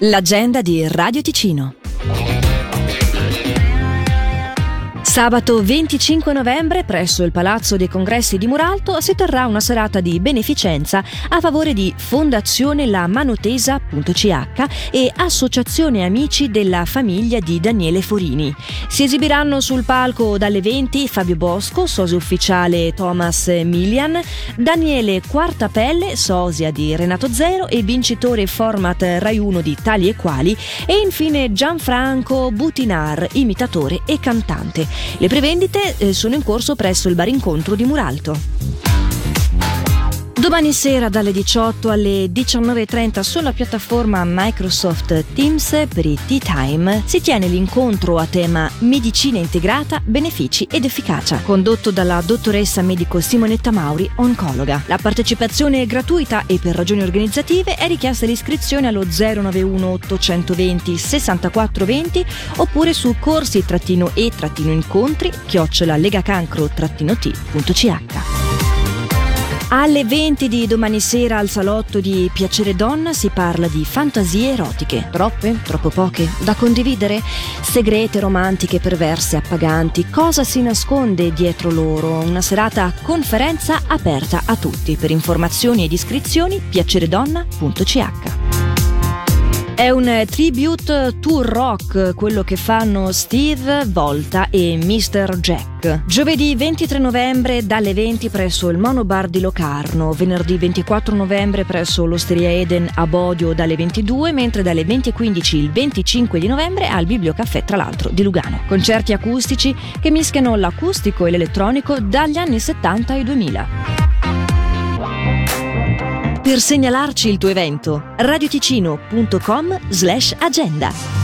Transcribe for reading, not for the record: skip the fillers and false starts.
L'agenda di Radio Ticino. Sabato 25 novembre presso il Palazzo dei Congressi di Muralto si terrà una serata di beneficenza a favore di Fondazione La Manotesa.ch e Associazione Amici della famiglia di Daniele Forini. Si esibiranno sul palco dalle 20 Fabio Bosco, sosia ufficiale Thomas Milian, Daniele Quartapelle, sosia di Renato Zero e vincitore format Rai 1 di Tali e Quali, e infine Gianfranco Butinar, imitatore e cantante. Le prevendite sono in corso presso il Bar Incontro di Muralto. Domani sera dalle 18 alle 19.30 sulla piattaforma Microsoft Teams per i Tea Time si tiene l'incontro a tema Medicina integrata, benefici ed efficacia, condotto dalla dottoressa medico Simonetta Mauri, oncologa. La partecipazione è gratuita e per ragioni organizzative è richiesta l'iscrizione allo 091 820 6420 oppure su corsi-e-incontri@legacancro-t.ch. Alle 20 di domani sera al salotto di Piacere Donna si parla di fantasie erotiche. Troppe? Troppo poche? Da condividere? Segrete, romantiche, perverse, appaganti. Cosa si nasconde dietro loro? Una serata a conferenza aperta a tutti. Per informazioni ed iscrizioni piaceredonna.ch. È un tribute tour rock quello che fanno Steve, Volta e Mr. Jack. Giovedì 23 novembre dalle 20 presso il Monobar di Locarno, venerdì 24 novembre presso l'Osteria Eden a Bodio dalle 22, mentre dalle 20.15 il 25 di novembre al Bibliocaffè, tra l'altro, di Lugano. Concerti acustici che mischiano l'acustico e l'elettronico dagli anni 70 ai 2000. Per segnalarci il tuo evento, radioticino.com/agenda.